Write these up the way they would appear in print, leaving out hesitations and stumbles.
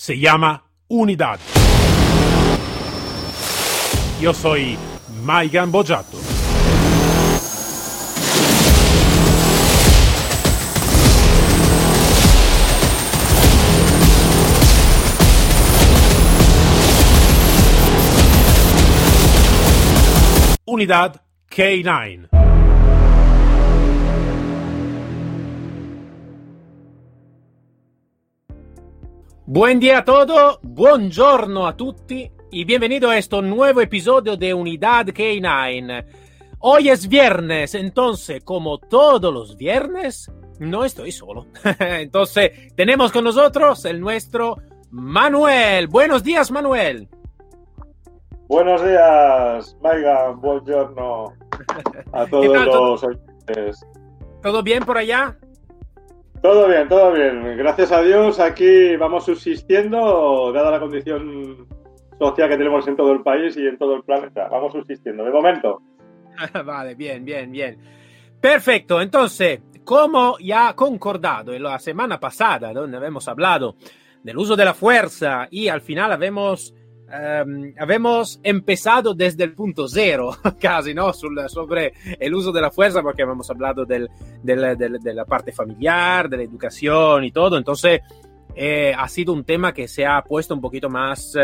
se llama Unidad. Yo soy Maigan Bojato. Unidad K9. Buen día a todos, buongiorno a tutti y bienvenido a este nuevo episodio de Unidad K9. Hoy es viernes, entonces, como todos los viernes, no estoy solo. Entonces, tenemos con nosotros el nuestro Manuel. Buenos días, Manuel. Buenos días, Maigan, buongiorno a todos los oyentes. ¿Todo bien por allá? Todo bien. Gracias a Dios, aquí vamos subsistiendo, dada la condición social que tenemos en todo el país y en todo el planeta. Vamos subsistiendo, de momento. Vale, bien. Perfecto, entonces, como ya concordado en la semana pasada, donde habíamos hablado del uso de la fuerza y al final habemos empezado desde el punto cero, casi, ¿no? Sobre el uso de la fuerza, porque habíamos hablado de la parte familiar, de la educación y todo. Entonces, ha sido un tema que se ha puesto un poquito más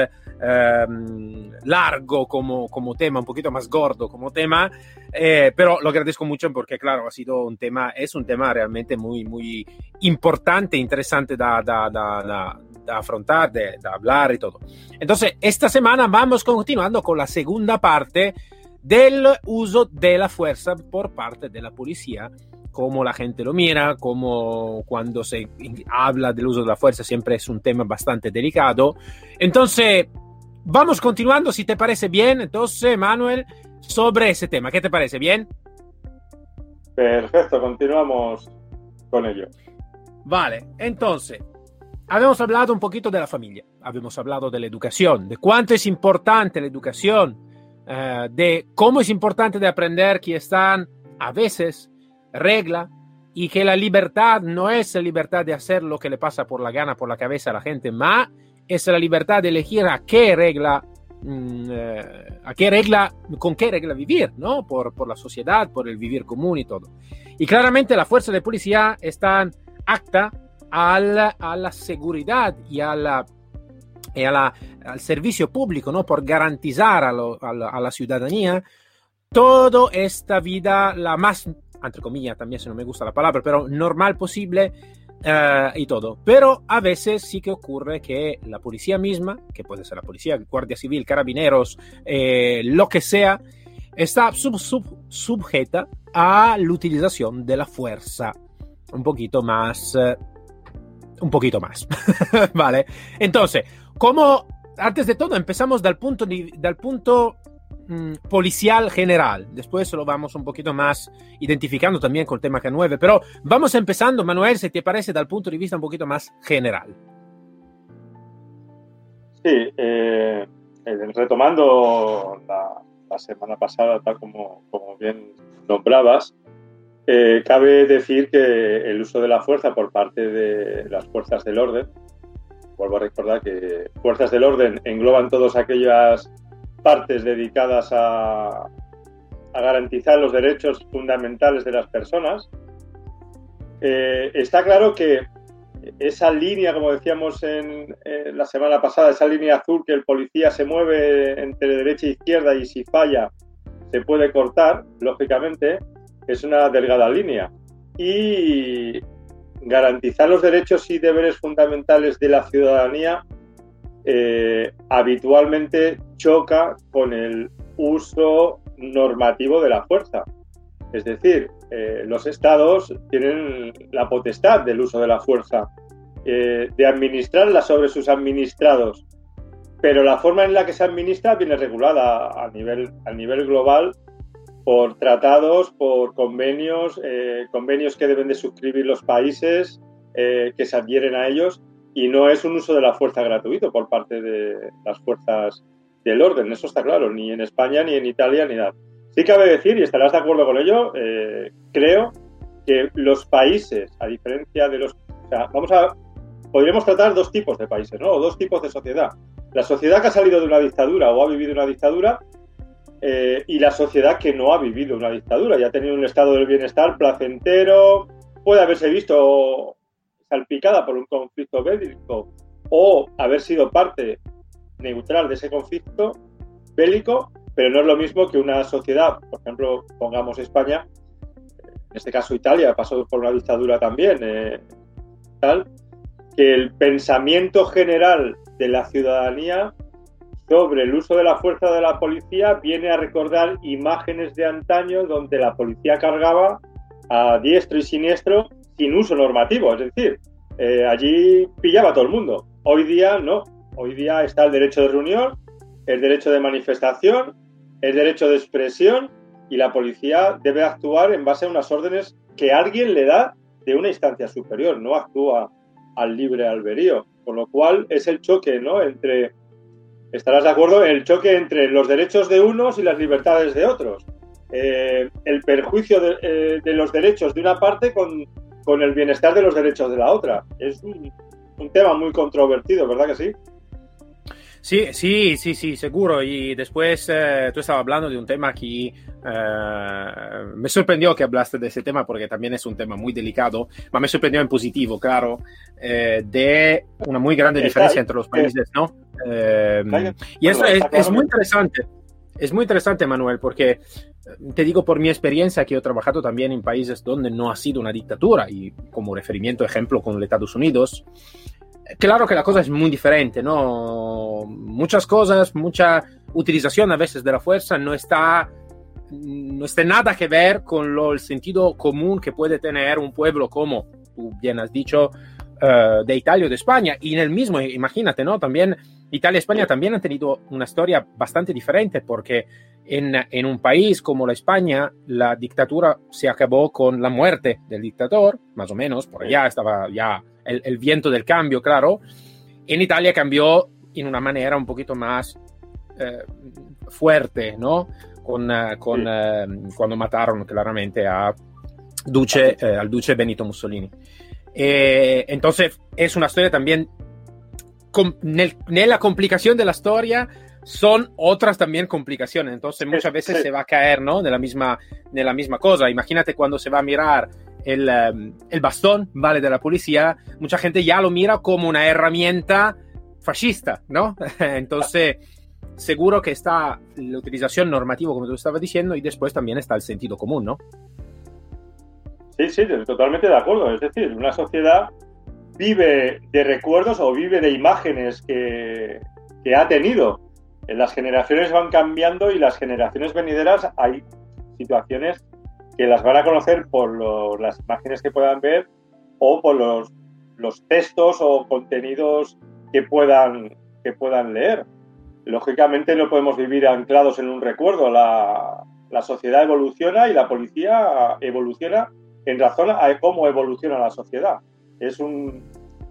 largo como tema, un poquito más gordo como tema, pero lo agradezco mucho porque, claro, es un tema realmente muy, muy importante, interesante da afrontar, de hablar y todo. Entonces, esta semana vamos continuando con la segunda parte del uso de la fuerza por parte de la policía, cómo la gente lo mira, cómo cuando se habla del uso de la fuerza siempre es un tema bastante delicado. Entonces, vamos continuando, si te parece bien. Entonces, Manuel, sobre ese tema, ¿qué te parece? ¿Bien? Perfecto, continuamos con ello. Vale, entonces, habíamos hablado un poquito de la familia, habíamos hablado de la educación, de cuánto es importante la educación, de cómo es importante de aprender que están a veces regla y que la libertad no es la libertad de hacer lo que le pasa por la gana, por la cabeza a la gente, ma es la libertad de elegir con qué regla vivir, ¿no? Por la sociedad, por el vivir común y todo. Y claramente la fuerza de policía está acta a la seguridad y al servicio público, ¿no? Por garantizar a la ciudadanía toda esta vida la más, entre comillas, también si no me gusta la palabra, pero normal posible y todo. Pero a veces sí que ocurre que la policía misma, que puede ser la policía, guardia civil, carabineros, lo que sea, está sujeta a la utilización de la fuerza un poquito más. Vale, entonces, como antes de todo empezamos del punto policial general, después lo vamos un poquito más identificando también con el tema K9, pero vamos empezando, Manuel, si te parece, dal punto de vista un poquito más general. Sí, retomando la semana pasada, tal como bien nombrabas, cabe decir que el uso de la fuerza por parte de las fuerzas del orden, vuelvo a recordar que fuerzas del orden engloban todas aquellas partes dedicadas a garantizar los derechos fundamentales de las personas. Está claro que esa línea, como decíamos la semana pasada, esa línea azul que el policía se mueve entre derecha e izquierda y si falla se puede cortar, lógicamente, es una delgada línea. Y garantizar los derechos y deberes fundamentales de la ciudadanía habitualmente choca con el uso normativo de la fuerza. Es decir, los estados tienen la potestad del uso de la fuerza, de administrarla sobre sus administrados, pero la forma en la que se administra viene regulada a nivel global por tratados, por convenios que deben de suscribir los países que se adhieren a ellos, y no es un uso de la fuerza gratuito por parte de las fuerzas del orden, eso está claro, ni en España, ni en Italia, ni nada. Sí cabe decir, y estarás de acuerdo con ello, creo que los países, a diferencia de los... O sea, vamos a podríamos tratar dos tipos de países, ¿no? O dos tipos de sociedad. La sociedad que ha salido de una dictadura o ha vivido una dictadura y la sociedad que no ha vivido una dictadura y ha tenido un estado del bienestar placentero, puede haberse visto salpicada por un conflicto bélico o haber sido parte neutral de ese conflicto bélico, pero no es lo mismo que una sociedad, por ejemplo, pongamos España, en este caso Italia, pasó por una dictadura también, tal, que el pensamiento general de la ciudadanía sobre el uso de la fuerza de la policía viene a recordar imágenes de antaño donde la policía cargaba a diestro y siniestro sin uso normativo, es decir, allí pillaba a todo el mundo. Hoy día no, hoy día está el derecho de reunión, el derecho de manifestación, el derecho de expresión y la policía debe actuar en base a unas órdenes que alguien le da de una instancia superior, no actúa al libre albedrío, con lo cual es el choque, ¿no? Estarás de acuerdo, el choque entre los derechos de unos y las libertades de otros, el perjuicio de los derechos de una parte con el bienestar de los derechos de la otra. Es un tema muy controvertido, ¿verdad que sí? Sí, seguro. Y después tú estabas hablando de un tema que me sorprendió que hablaste de ese tema porque también es un tema muy delicado, pero me sorprendió en positivo, claro, de una muy grande diferencia entre los países, ¿no? Y eso es muy interesante. Es muy interesante, Manuel, porque te digo por mi experiencia que he trabajado también en países donde no ha sido una dictadura y como referimiento, ejemplo, con los Estados Unidos. Claro que la cosa es muy diferente, ¿no? Muchas cosas, mucha utilización a veces de la fuerza no está nada que ver con el sentido común que puede tener un pueblo como, tú bien has dicho, de Italia o de España. Y en el mismo, imagínate, ¿no? También Italia y España también han tenido una historia bastante diferente porque en un país como la España, la dictadura se acabó con la muerte del dictador, más o menos, por allá estaba ya el viento del cambio, claro. En Italia cambió en una manera un poquito más fuerte, ¿no? Cuando mataron claramente al duce Benito Mussolini. Entonces es una storia también nella complicación de la storia son otras también complicaciones, entonces muchas veces se va a caer, ¿no? nella misma cosa. Imagínate cuando se va a mirar el bastón, ¿vale? De la policía, mucha gente ya lo mira como una herramienta fascista, ¿no? Entonces seguro que está la utilización normativa, como tú estabas diciendo, y después también está el sentido común, ¿no? Sí, totalmente de acuerdo. Es decir, una sociedad vive de recuerdos o vive de imágenes que ha tenido. Las generaciones van cambiando y las generaciones venideras hay situaciones que las van a conocer por las imágenes que puedan ver o por los textos o contenidos que puedan leer. Lógicamente no podemos vivir anclados en un recuerdo. La sociedad evoluciona y la policía evoluciona en razón a cómo evoluciona la sociedad. Es un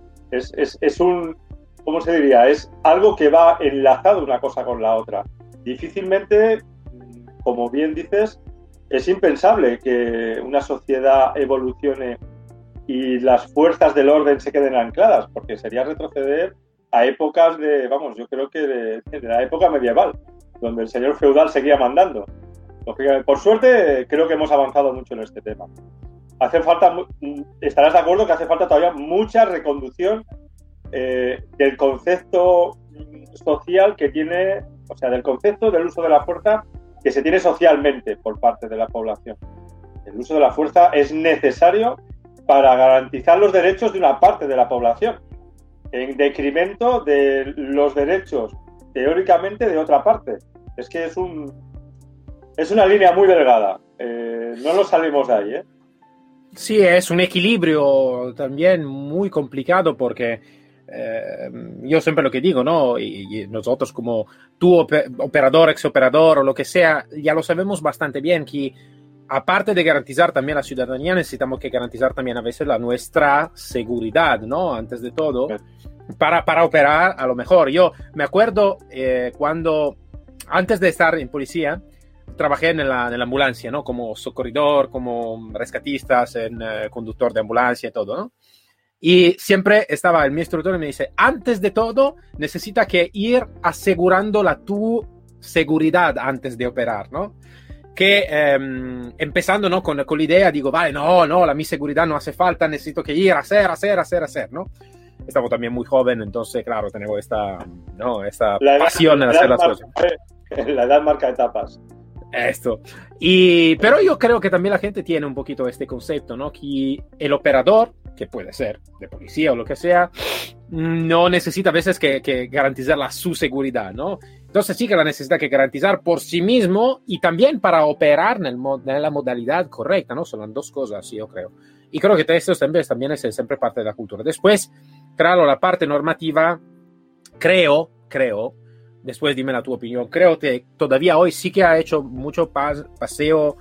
¿cómo se diría? Es algo que va enlazado una cosa con la otra. Difícilmente, como bien dices, es impensable que una sociedad evolucione y las fuerzas del orden se queden ancladas, porque sería retroceder a épocas yo creo que de la época medieval, donde el señor feudal seguía mandando. Por suerte, creo que hemos avanzado mucho en este tema. Hace falta, estarás de acuerdo que hace falta todavía mucha reconducción del concepto social que tiene, o sea, del concepto del uso de la fuerza que se tiene socialmente por parte de la población. El uso de la fuerza es necesario para garantizar los derechos de una parte de la población, en detrimento de los derechos, teóricamente, de otra parte. Es que es una línea muy delgada. No nos salimos de ahí, ¿eh? Sí, es un equilibrio también muy complicado porque yo siempre lo que digo, ¿no? Y nosotros como tú, operador, ex operador o lo que sea, ya lo sabemos bastante bien que aparte de garantizar también la ciudadanía, necesitamos que garantizar también a veces la nuestra seguridad, ¿no? Antes de todo, para operar a lo mejor. Yo me acuerdo cuando, antes de estar en policía, trabajé en la ambulancia, ¿no? Como socorridor, como rescatistas, conductor de ambulancia y todo, ¿no? Y siempre estaba el mi instructor y me dice, antes de todo, necesita que ir asegurando tu seguridad antes de operar, ¿no? Que empezando, ¿no? con la idea, digo, vale, no, la mi seguridad no hace falta, necesito que ir a hacer, ¿no? Estamos también muy joven, entonces, claro, tenemos esta pasión en hacer las cosas. La edad marca etapas. Esto. Pero yo creo que también la gente tiene un poquito este concepto, ¿no? Que el operador, que puede ser de policía o lo que sea, no necesita a veces que garantizar su seguridad, ¿no? Entonces sí que la necesita que garantizar por sí mismo y también para operar en la modalidad correcta, ¿no? Son las dos cosas, yo creo. Y creo que esto también es siempre parte de la cultura. Después, claro, la parte normativa, creo, después dime la tu opinión, creo que todavía hoy sí que ha hecho mucho paseo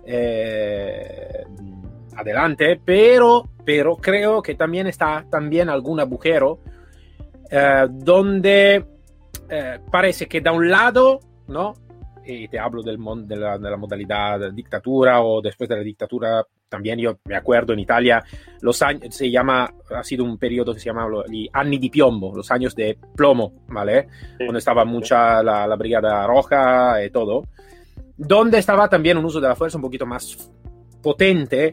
adelante, pero creo que también está algún agujero donde parece que da un lado, ¿no? Y te hablo de la modalidad dictadura o después de la dictadura, también yo me acuerdo en Italia, ha sido un periodo que se llama los anni di piombo, los años de plomo, ¿vale? Sí. Donde estaba mucha la Brigada Roja y todo, donde estaba también un uso de la fuerza un poquito más potente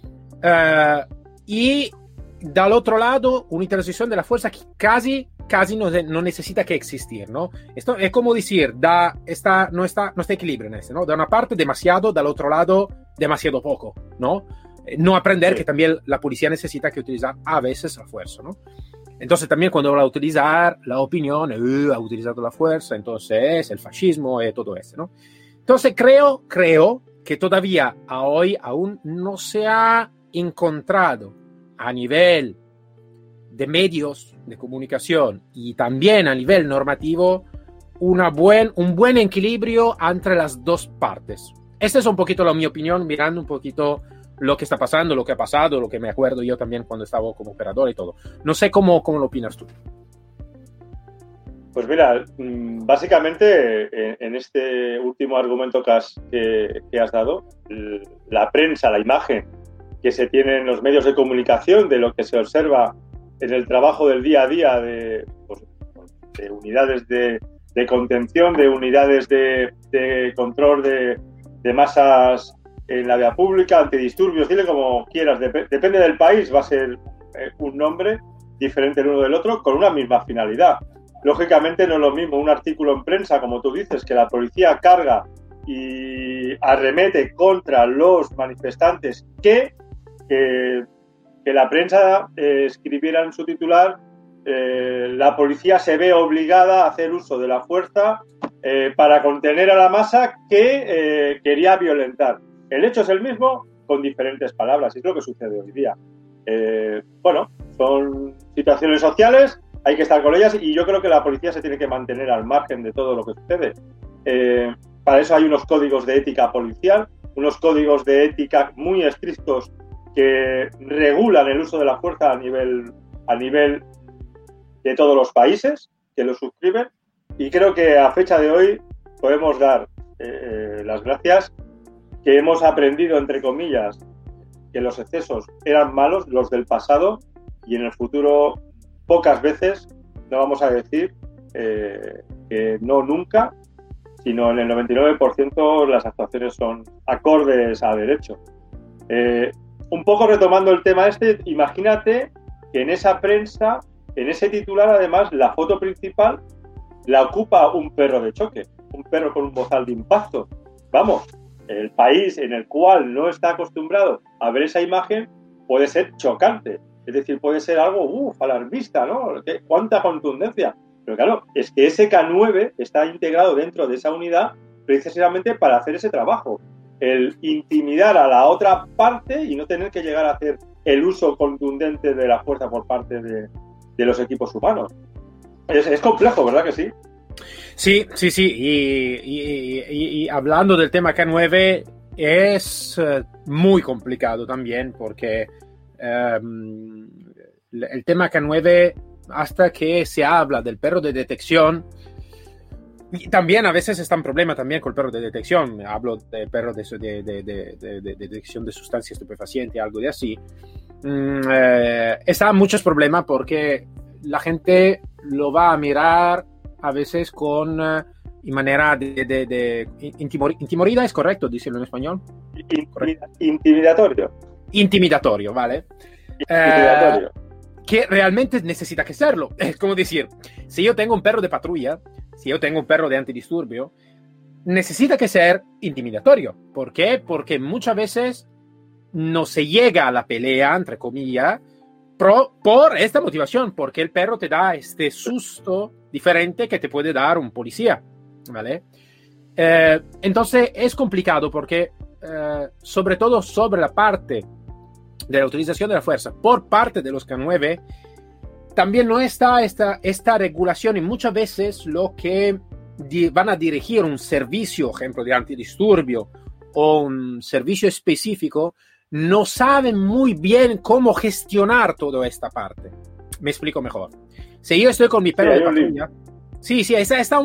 y del otro lado una utilización de la fuerza que casi no necesita que existir, ¿no? Esto es como decir, no está equilibrio en este, ¿no? De una parte demasiado, del otro lado demasiado poco, ¿no? No aprender que también la policía necesita que utilizar a veces la fuerza, ¿no? Entonces también cuando va a utilizar la opinión, ha utilizado la fuerza, entonces el fascismo y todo eso, ¿no? Entonces creo que todavía a hoy aún no se ha encontrado a nivel de medios de comunicación y también a nivel normativo un buen equilibrio entre las dos partes. Esta es un poquito la mi opinión, mirando un poquito lo que está pasando, lo que ha pasado, lo que me acuerdo yo también cuando estaba como operador y todo. No sé cómo lo opinas tú. Pues mira, básicamente en este último argumento que has dado, la prensa, la imagen que se tiene en los medios de comunicación de lo que se observa en el trabajo del día a día de unidades de contención, de unidades de control de masas en la vía pública, antidisturbios, dile como quieras, depende del país, va a ser un nombre diferente el uno del otro con una misma finalidad. Lógicamente no es lo mismo un artículo en prensa, como tú dices, que la policía carga y arremete contra los manifestantes que la prensa escribiera en su titular la policía se ve obligada a hacer uso de la fuerza para contener a la masa que quería violentar. El hecho es el mismo con diferentes palabras, y es lo que sucede hoy día. Bueno, son situaciones sociales, hay que estar con ellas y yo creo que la policía se tiene que mantener al margen de todo lo que sucede. Para eso hay unos códigos de ética policial, unos códigos de ética muy estrictos que regulan el uso de la fuerza a nivel de todos los países que lo suscriben, y creo que a fecha de hoy podemos dar las gracias que hemos aprendido, entre comillas, que los excesos eran malos, los del pasado, y en el futuro pocas veces, no vamos a decir que no nunca, sino en el 99% las actuaciones son acordes a derecho. Un poco retomando el tema imagínate que en esa prensa, en ese titular, además, la foto principal la ocupa un perro de choque, un perro con un bozal de impacto. Vamos, el país en el cual no está acostumbrado a ver esa imagen puede ser chocante. Es decir, puede ser algo, alarmista, ¿no? ¿Cuánta contundencia? Pero claro, es que ese K9 está integrado dentro de esa unidad precisamente para hacer ese trabajo. El intimidar a la otra parte y no tener que llegar a hacer el uso contundente de la fuerza por parte de los equipos humanos. Es complejo, ¿verdad que sí? Sí. Y hablando del tema K9, es muy complicado también porque el tema K9, hasta que se habla del perro de detección, y también a veces está un problema también con el perro de detección. Hablo de perro de detección de sustancias estupefacientes, algo de así. está muchos problemas porque la gente lo va a mirar a veces con manera de intimorida, ¿es correcto decirlo en español? Intimidatorio. Intimidatorio, ¿vale? Intimidatorio. Que realmente necesita que serlo. Es como decir, si yo tengo un perro de patrulla, si yo tengo un perro de antidisturbio, necesita que ser intimidatorio. ¿Por qué? Porque muchas veces no se llega a la pelea, entre comillas, por esta motivación, porque el perro te da este susto diferente que te puede dar un policía, ¿vale? Entonces es complicado porque, sobre todo sobre la parte de la utilización de la fuerza por parte de los K9, también no está esta regulación y muchas veces lo que van a dirigir un servicio, ejemplo, de antidisturbio o un servicio específico, no saben muy bien cómo gestionar toda esta parte. Me explico mejor. Si yo estoy con mi perro de patrulla, está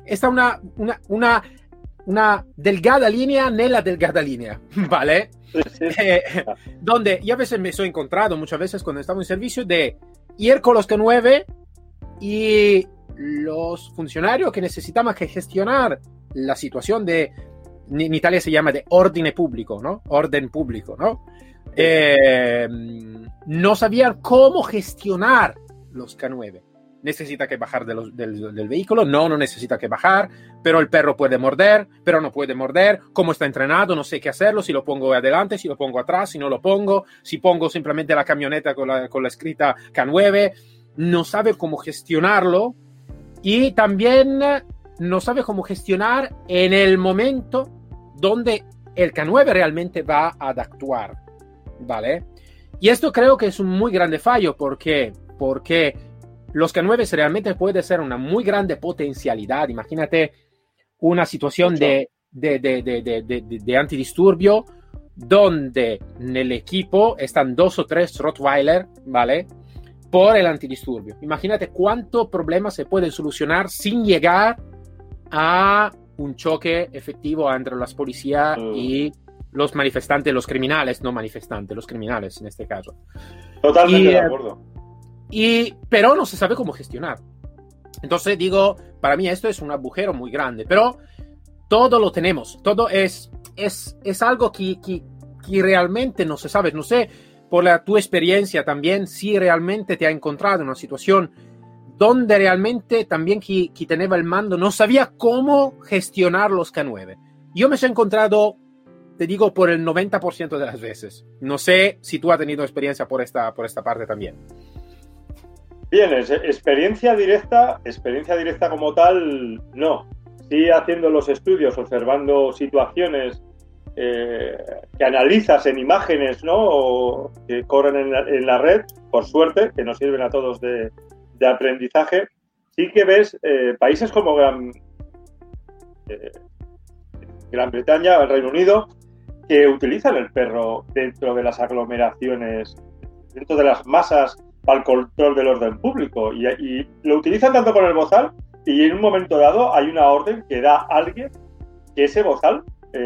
una delgada línea nella delgada línea, ¿vale? Sí. Donde yo a veces me soy encontrado, muchas veces cuando estamos en servicio, de ir con los K9 y los funcionarios que necesitaban que gestionar la situación de, en Italia se llama de orden público, ¿no? Orden público, ¿no? No sabían cómo gestionar los K9. Necesita que bajar del vehículo, no necesita que bajar, pero el perro puede morder, pero no puede morder, cómo está entrenado, no sé qué hacerlo, si lo pongo adelante, si lo pongo atrás, si no lo pongo, si pongo simplemente la camioneta con la escrita K9, no sabe cómo gestionarlo y también no sabe cómo gestionar en el momento donde el K9 realmente va a actuar, ¿vale? Y esto creo que es un muy grande fallo, porque los K9 realmente puede ser una muy grande potencialidad. Imagínate una situación de antidisturbio donde en el equipo están 2 o 3 Rottweiler, ¿vale? Por el antidisturbio. Imagínate cuántos problemas se pueden solucionar sin llegar a un choque efectivo entre las policías y los manifestantes, los criminales, no manifestantes, los criminales en este caso. Totalmente de acuerdo. Pero no se sabe cómo gestionar. Entonces digo, para mí esto es un agujero muy grande, pero todo lo tenemos, todo es algo que realmente no se sabe. No sé, por tu experiencia también, si realmente te ha encontrado en una situación donde realmente también quien tenía el mando no sabía cómo gestionar los K9. Yo me he encontrado, te digo, por el 90% de las veces. No sé si tú has tenido experiencia por esta parte también. Bien, experiencia directa como tal, no. Sí, haciendo los estudios, observando situaciones que analizas en imágenes, ¿no? O que corren en la red, por suerte, que nos sirven a todos de aprendizaje. Sí que ves países como Gran Bretaña, el Reino Unido, que utilizan el perro dentro de las aglomeraciones, dentro de las masas, para el control del orden público, y lo utilizan tanto con el bozal, y en un momento dado hay una orden que da a alguien que ese bozal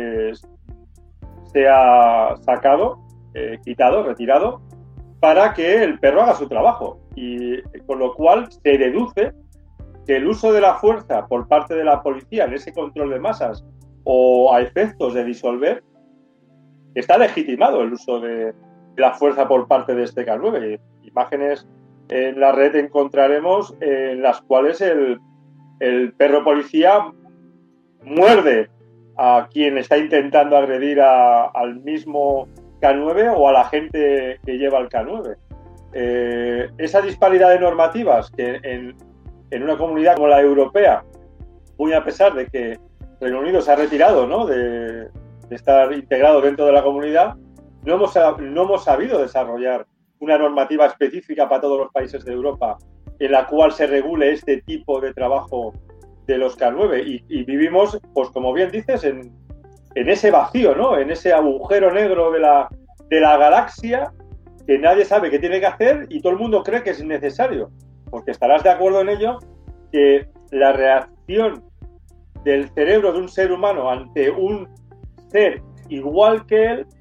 sea sacado, quitado, retirado, para que el perro haga su trabajo, y con lo cual se deduce que el uso de la fuerza por parte de la policía en ese control de masas o a efectos de disolver, está legitimado el uso de la fuerza por parte de este K9. Imágenes en la red encontraremos en las cuales el perro policía muerde a quien está intentando agredir al mismo K9 o a la gente que lleva el K9. Esa disparidad de normativas que en una comunidad como la europea, muy a pesar de que Reino Unido se ha retirado, ¿no?, de estar integrado dentro de la comunidad, no hemos sabido desarrollar una normativa específica para todos los países de Europa en la cual se regule este tipo de trabajo de los K9 y vivimos, pues como bien dices, en ese vacío, ¿no?, en ese agujero negro de la galaxia, que nadie sabe qué tiene que hacer y todo el mundo cree que es necesario, porque estarás de acuerdo en ello que la reacción del cerebro de un ser humano ante un ser igual que él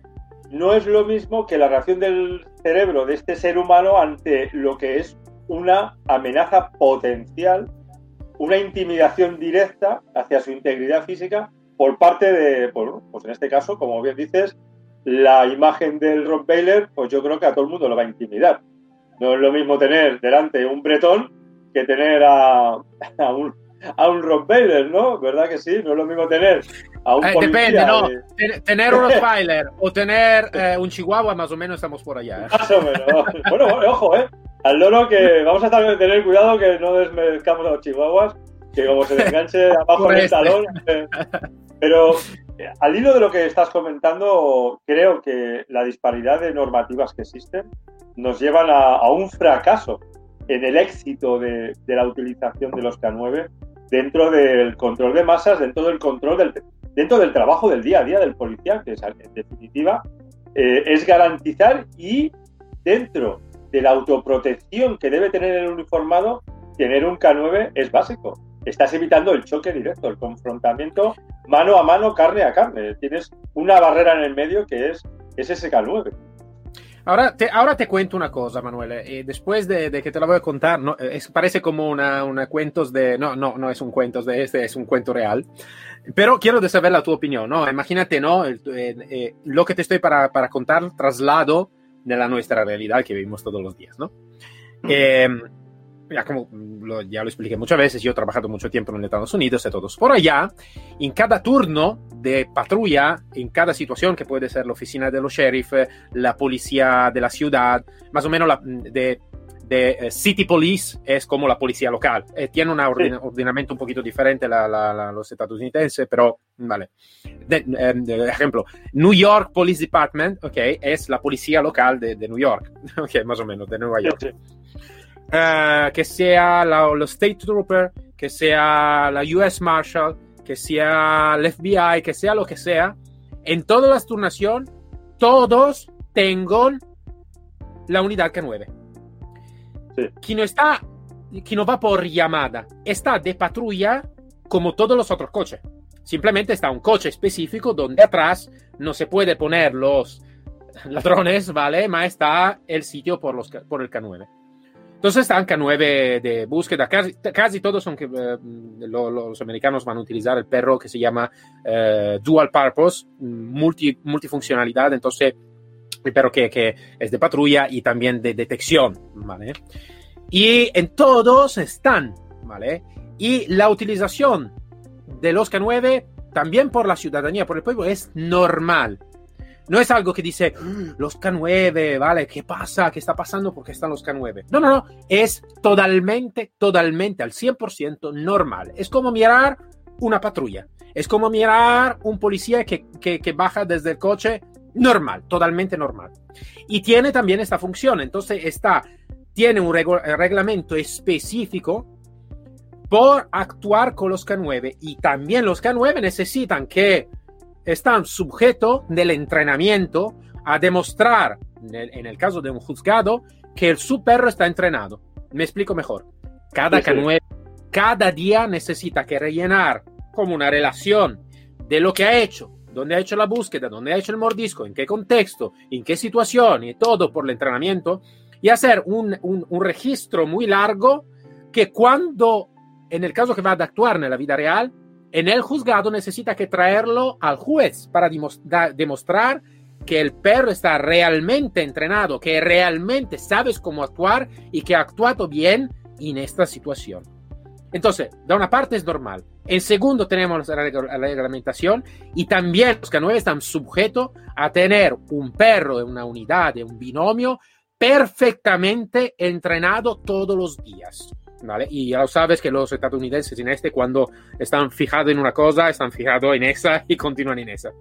no es lo mismo que la reacción del cerebro de este ser humano ante lo que es una amenaza potencial, una intimidación directa hacia su integridad física por parte de, bueno, pues en este caso, como bien dices, la imagen del Rottweiler, pues yo creo que a todo el mundo lo va a intimidar. No es lo mismo tener delante un bretón que tener a un Rottweiler, ¿no? ¿Verdad que sí? No es lo mismo tener a un policía. Depende, ¿no? Tener un Rottweiler o tener un Chihuahua, más o menos estamos por allá. Más o menos. Bueno, ojo, al loro, que vamos a tener cuidado que no desmerezcamos a los chihuahuas, que como se le enganche abajo del talón. Pero al hilo de lo que estás comentando, creo que la disparidad de normativas que existen nos llevan a un fracaso en el éxito de la utilización de los K9 dentro del control de masas, dentro del trabajo del día a día del policía, que es, en definitiva es garantizar, y dentro de la autoprotección que debe tener el uniformado, tener un K9 es básico. Estás evitando el choque directo, el confrontamiento mano a mano, carne a carne. Tienes una barrera en el medio que es ese K9. Ahora te cuento una cosa, Manuel. Después de que te la voy a contar, no, parece como una cuentos de... No es un cuentos de es un cuento real. Pero quiero saber la tu opinión, ¿no? Imagínate, ¿no? Lo que te estoy para contar, traslado de la nuestra realidad que vivimos todos los días, ¿no? Ya lo expliqué muchas veces, yo he trabajado mucho tiempo en los Estados Unidos y todos por allá. En cada turno de patrulla, en cada situación, que puede ser la oficina de los sheriff, la policía de la ciudad, más o menos de City Police es como la policía local. Tiene un ordenamiento un poquito diferente los estadounidenses, pero vale. De ejemplo, New York Police Department, okay, es la policía local de New York, okay, más o menos, de Nueva York. Sí. Que sea los State Trooper, que sea la US Marshal, que sea el FBI, que sea lo que sea, en todas las turnaciones, todos tengan la unidad K9. Sí. Quien no va por llamada, está de patrulla como todos los otros coches. Simplemente está un coche específico donde atrás no se puede poner los ladrones, ¿vale? Ma está el sitio por el K9. Entonces están K9 de búsqueda, casi todos son que los americanos van a utilizar el perro que se llama Dual Purpose, multifuncionalidad, entonces el perro que es de patrulla y también de detección, ¿vale? Y en todos están, ¿vale? Y la utilización de los K9 también por la ciudadanía, por el pueblo, es normal. No es algo que dice, los K9, ¿vale? ¿Qué pasa? ¿Qué está pasando? ¿Por qué están los K9? No. Es totalmente, al 100% normal. Es como mirar una patrulla. Es como mirar un policía que baja desde el coche. Normal, totalmente normal. Y tiene también esta función. Entonces tiene un reglamento específico por actuar con los K9. Y también los K9 necesitan que están sujetos del entrenamiento a demostrar, en el caso de un juzgado, que su perro está entrenado. Me explico mejor. Cada K9, cada día necesita que rellenar como una relación de lo que ha hecho, dónde ha hecho la búsqueda, dónde ha hecho el mordisco, en qué contexto, en qué situación y todo por el entrenamiento, y hacer un registro muy largo que cuando, en el caso que va a actuar en la vida real, en el juzgado necesita que traerlo al juez para demostrar que el perro está realmente entrenado, que realmente sabes cómo actuar y que ha actuado bien en esta situación. Entonces, de una parte es normal. En segundo tenemos la reglamentación y también los K9 están sujetos a tener un perro de una unidad, de un binomio perfectamente entrenado todos los días. ¿Vale? Y ya lo sabes que los estadounidenses cuando están fijados en una cosa, están fijados en esa y continúan en esa.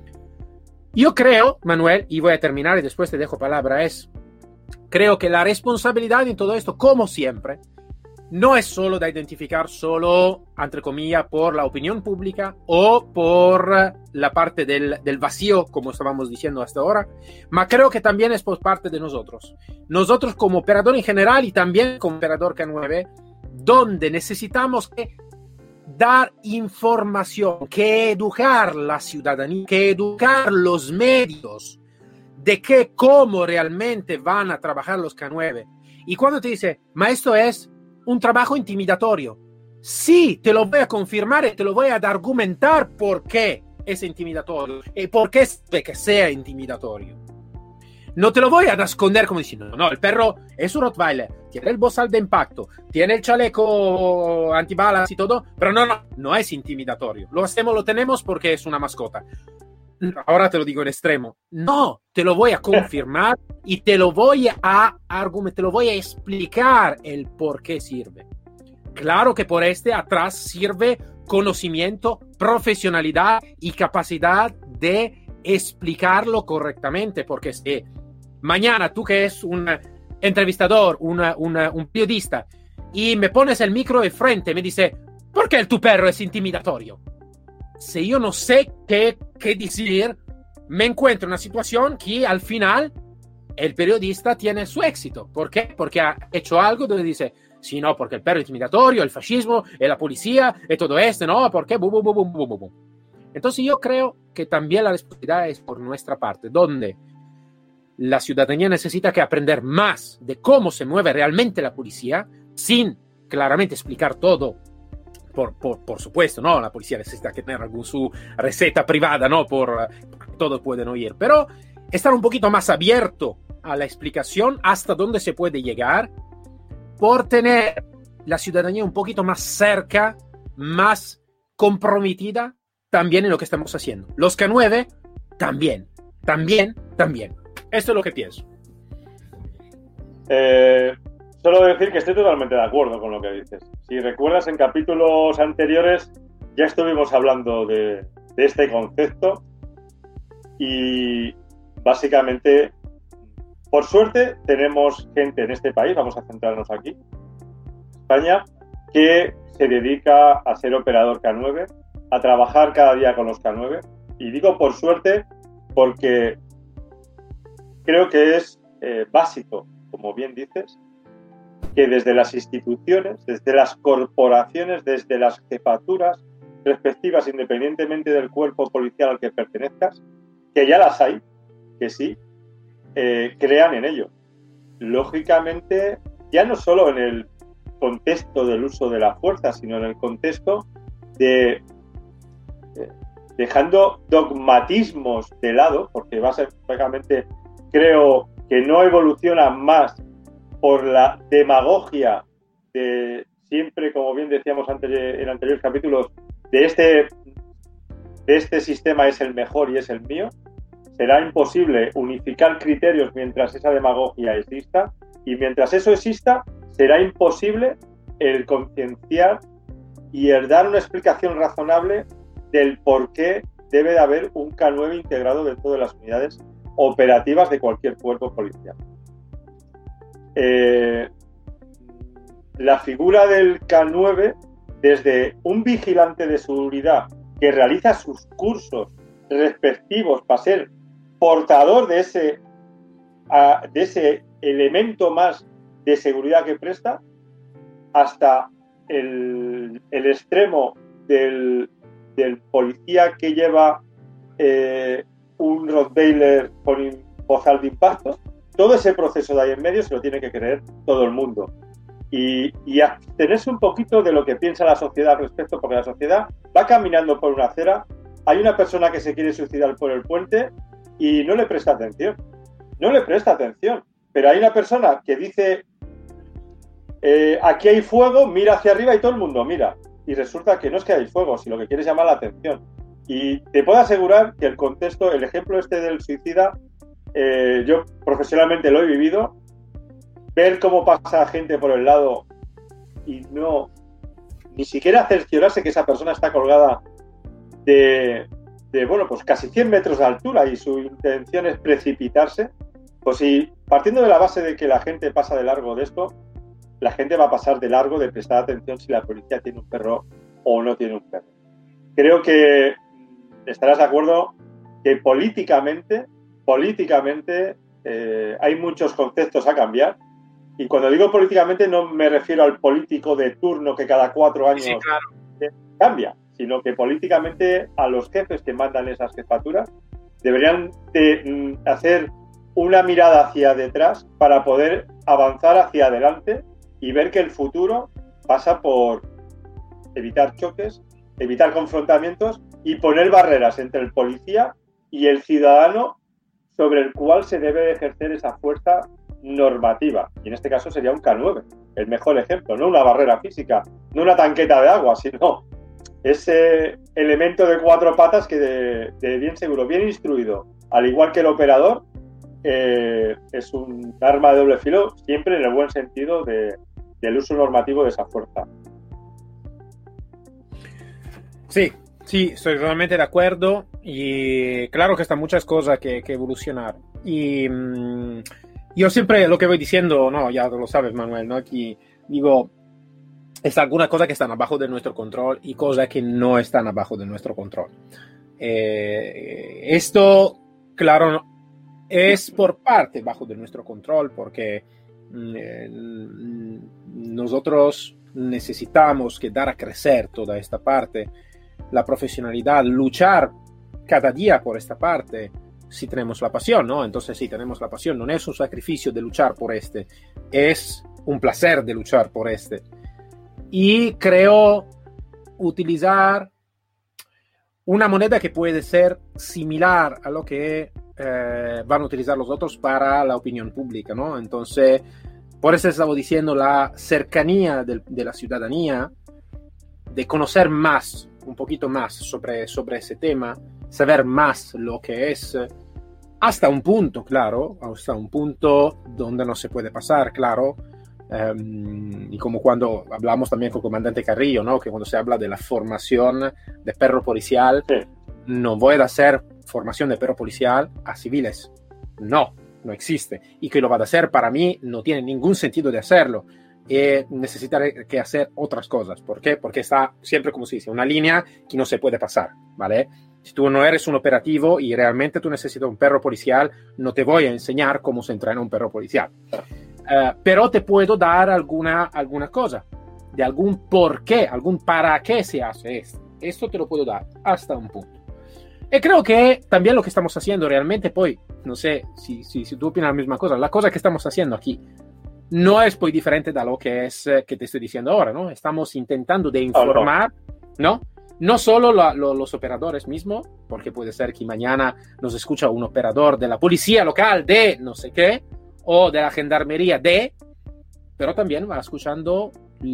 Yo creo, Manuel, y voy a terminar y después te dejo palabra, creo que la responsabilidad en todo esto, como siempre, no es solo de identificar solo, entre comillas, por la opinión pública o por la parte del vacío, como estábamos diciendo hasta ahora, pero creo que también es por parte de nosotros. Nosotros como operador en general y también como operador K9, donde necesitamos dar información, que educar la ciudadanía, que educar los medios de cómo realmente van a trabajar los K9. Y cuando te dice, ma esto es un trabajo intimidatorio, sí, te lo voy a confirmar y te lo voy a argumentar por qué es intimidatorio y por qué es que sea intimidatorio. No te lo voy a esconder como diciendo, no, el perro es un Rottweiler, tiene el bozal de impacto, tiene el chaleco antibalas y todo, pero no es intimidatorio. Lo tenemos porque es una mascota. Ahora te lo digo en extremo. No, te lo voy a confirmar y te lo voy a explicar el por qué sirve. Claro que por atrás sirve conocimiento, profesionalidad y capacidad de explicarlo correctamente, porque si mañana tú que es un entrevistador, un periodista, y me pones el micro de frente y me dice, ¿por qué tu perro es intimidatorio? Si yo no sé qué decir, me encuentro en una situación que al final el periodista tiene su éxito. ¿Por qué? Porque ha hecho algo donde dice, sí, no, porque el perro es intimidatorio, el fascismo, la policía, y todo esto, no, porque Entonces yo creo que también la responsabilidad es por nuestra parte, donde la ciudadanía necesita que aprender más de cómo se mueve realmente la policía, sin claramente explicar todo. Por supuesto, ¿no? La policía necesita que tener su receta privada, ¿no? Todos pueden oír, pero estar un poquito más abierto a la explicación hasta dónde se puede llegar, por tener la ciudadanía un poquito más cerca, más comprometida también en lo que estamos haciendo. Los K9 también. Esto es lo que pienso. Solo decir que estoy totalmente de acuerdo con lo que dices. Si recuerdas, en capítulos anteriores ya estuvimos hablando de este concepto y básicamente, por suerte, tenemos gente en este país, vamos a centrarnos aquí, España, que se dedica a ser operador K9, a trabajar cada día con los K9. Y digo por suerte porque creo que es básico, como bien dices, que desde las instituciones, desde las corporaciones, desde las jefaturas respectivas, independientemente del cuerpo policial al que pertenezcas, que ya las hay, que sí, crean en ello. Lógicamente, ya no solo en el contexto del uso de la fuerza, sino en el contexto de dejando dogmatismos de lado, porque básicamente creo que no evoluciona más por la demagogia de siempre, como bien decíamos en anteriores capítulos, de este sistema es el mejor y es el mío. Será imposible unificar criterios mientras esa demagogia exista, y mientras eso exista será imposible el concienciar y el dar una explicación razonable del por qué debe de haber un K9 integrado dentro de las unidades operativas de cualquier cuerpo policial. La figura del K9, desde un vigilante de seguridad que realiza sus cursos respectivos para ser portador de ese elemento más de seguridad que presta, hasta el extremo del policía que lleva un Rottweiler con bozal de impacto. Todo ese proceso de ahí en medio se lo tiene que creer todo el mundo. Y abstenerse un poquito de lo que piensa la sociedad al respecto, porque la sociedad va caminando por una acera, hay una persona que se quiere suicidar por el puente y no le presta atención. Pero hay una persona que dice, aquí hay fuego, mira hacia arriba y todo el mundo mira. Y resulta que no es que hay fuego, sino que quieres llamar la atención. Y te puedo asegurar que el contexto, el ejemplo este del suicida, yo profesionalmente lo he vivido. Ver cómo pasa gente por el lado y no ni siquiera cerciorarse que esa persona está colgada de pues casi 100 metros de altura y su intención es precipitarse, pues si partiendo de la base de que la gente pasa de largo de esto, la gente va a pasar de largo de prestar atención si la policía tiene un perro o no tiene un perro. Creo que estarás de acuerdo que políticamente hay muchos conceptos a cambiar. Y cuando digo políticamente no me refiero al político de turno que cada 4 años cambia, sino que políticamente a los jefes que mandan esas jefaturas deberían de hacer una mirada hacia detrás para poder avanzar hacia adelante y ver que el futuro pasa por evitar choques, evitar confrontamientos y poner barreras entre el policía y el ciudadano sobre el cual se debe ejercer esa fuerza normativa. Y en este caso sería un K9, el mejor ejemplo, no una barrera física, no una tanqueta de agua, sino ese elemento de 4 patas que de bien seguro, bien instruido, al igual que el operador, es un arma de doble filo, siempre en el buen sentido del uso normativo de esa fuerza. Sí, estoy totalmente de acuerdo y claro que están muchas cosas que evolucionar. Y yo siempre lo que voy diciendo, no, ya lo sabes, Manuel, ¿no? Aquí digo, es alguna cosa que están abajo de nuestro control y cosas que no están abajo de nuestro control. Esto, claro, es por parte bajo de nuestro control porque nosotros necesitamos que dar a crecer toda esta parte, la profesionalidad, luchar cada día por esta parte, si tenemos la pasión, ¿no? Entonces, si tenemos la pasión, no es un sacrificio de luchar por es un placer de luchar por Y creo utilizar una moneda que puede ser similar a lo que van a utilizar los otros para la opinión pública, ¿no? Entonces, por eso estaba diciendo la cercanía de la ciudadanía, de conocer más, un poquito más sobre ese tema, saber más lo que es, hasta un punto, claro, hasta un punto donde no se puede pasar, claro. Y como cuando hablamos también con el comandante Carrillo, ¿no? Que cuando se habla de la formación de perro policial, sí, no voy a hacer formación de perro policial a civiles, no existe, y que lo va a hacer, para mí no tiene ningún sentido de hacerlo, necesitaré que hacer otras cosas. ¿Por qué? Porque está siempre, como se dice, una línea que no se puede pasar, ¿vale? Si tú no eres un operativo y realmente tú necesitas un perro policial, no te voy a enseñar cómo se entrena un perro policial. Pero te puedo dar alguna cosa, de algún por qué, algún para qué se hace esto. Esto te lo puedo dar hasta un punto. Y creo que también lo que estamos haciendo realmente, poi, no sé si tú opinas la misma cosa, la cosa que estamos haciendo aquí no es muy diferente de lo que es que te estoy diciendo ahora, ¿no? Estamos intentando de informar, ¿no? No solo los operadores mismos, porque puede ser que mañana nos escucha un operador de la policía local de no sé qué, o de la gendarmería pero también va escuchando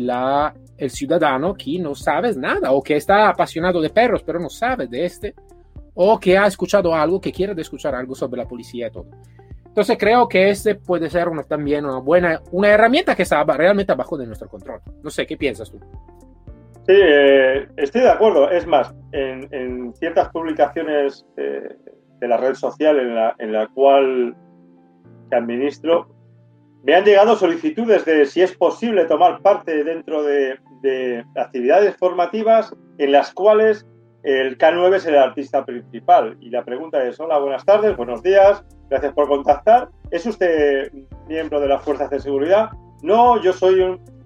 el ciudadano que no sabe nada, o que está apasionado de perros, pero no sabe de o que ha escuchado algo, que quiere escuchar algo sobre la policía y todo. Entonces creo que puede ser también una herramienta que está realmente abajo de nuestro control. No sé, ¿qué piensas tú? Sí, estoy de acuerdo. Es más, en ciertas publicaciones de la red social en la cual que administro, me han llegado solicitudes de si es posible tomar parte dentro de actividades formativas en las cuales el K9 es el artista principal. Y la pregunta es: hola, buenas tardes, buenos días, gracias por contactar. ¿Es usted miembro de las fuerzas de seguridad? No, yo soy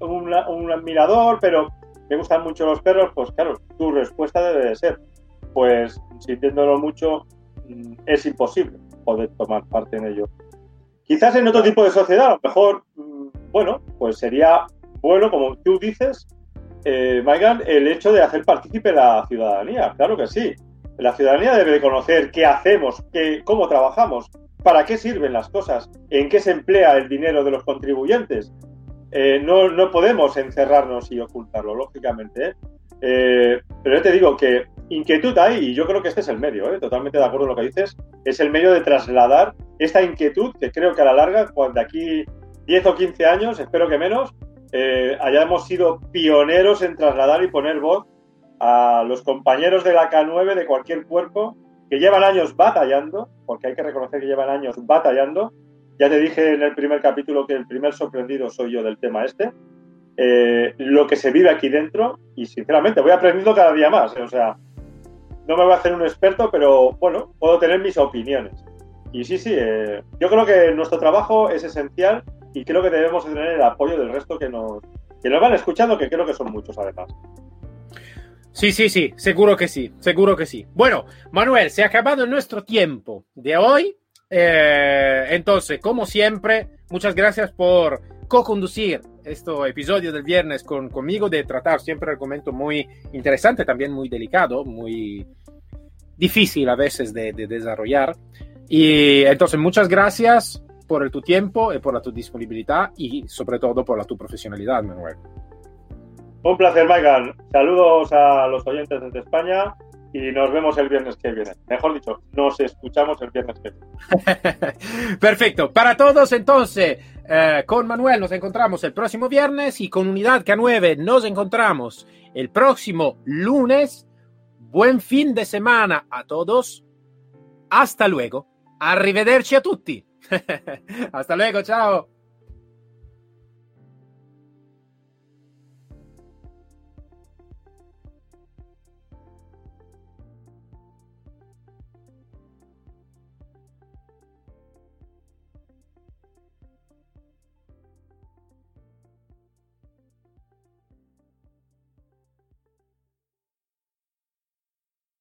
un admirador, pero me gustan mucho los perros. Pues claro, tu respuesta debe de ser: pues sintiéndolo mucho, es imposible poder tomar parte en ello. Quizás en otro tipo de sociedad, a lo mejor, bueno, pues sería bueno, como tú dices, Maigan, el hecho de hacer partícipe la ciudadanía. Claro que sí. La ciudadanía debe de conocer qué hacemos, cómo trabajamos, para qué sirven las cosas, en qué se emplea el dinero de los contribuyentes. No podemos encerrarnos y ocultarlo, lógicamente. Pero yo te digo que inquietud hay, y yo creo que este es el medio, totalmente de acuerdo con lo que dices, es el medio de trasladar esta inquietud, que creo que a la larga, cuando de aquí 10 o 15 años, espero que menos, hayamos sido pioneros en trasladar y poner voz a los compañeros de la K9 de cualquier cuerpo que llevan años batallando, porque hay que reconocer que llevan años batallando. Ya te dije en el primer capítulo que el primer sorprendido soy yo del tema lo que se vive aquí dentro, y sinceramente voy aprendiendo cada día más, o sea, no me voy a hacer un experto, pero bueno, puedo tener mis opiniones. Y sí, yo creo que nuestro trabajo es esencial y creo que debemos tener el apoyo del resto que nos van escuchando, que creo que son muchos además. Sí, seguro que sí. Bueno, Manuel, se ha acabado nuestro tiempo de hoy. Entonces, como siempre, muchas gracias por co-conducir este episodio del viernes conmigo, de tratar siempre un argumento muy interesante, también muy delicado, muy difícil a veces de desarrollar. Y entonces, muchas gracias por tu tiempo y por tu disponibilidad y sobre todo por tu profesionalidad, Manuel. Un placer, Michael. Saludos a los oyentes desde España y nos vemos el viernes que viene. Mejor dicho, nos escuchamos el viernes que viene. Perfecto. Para todos, entonces, con Manuel nos encontramos el próximo viernes y con Unidad K9 nos encontramos el próximo lunes. Buen fin de semana a todos. Hasta luego. Arrivederci a tutti. Hasta luego, ciao.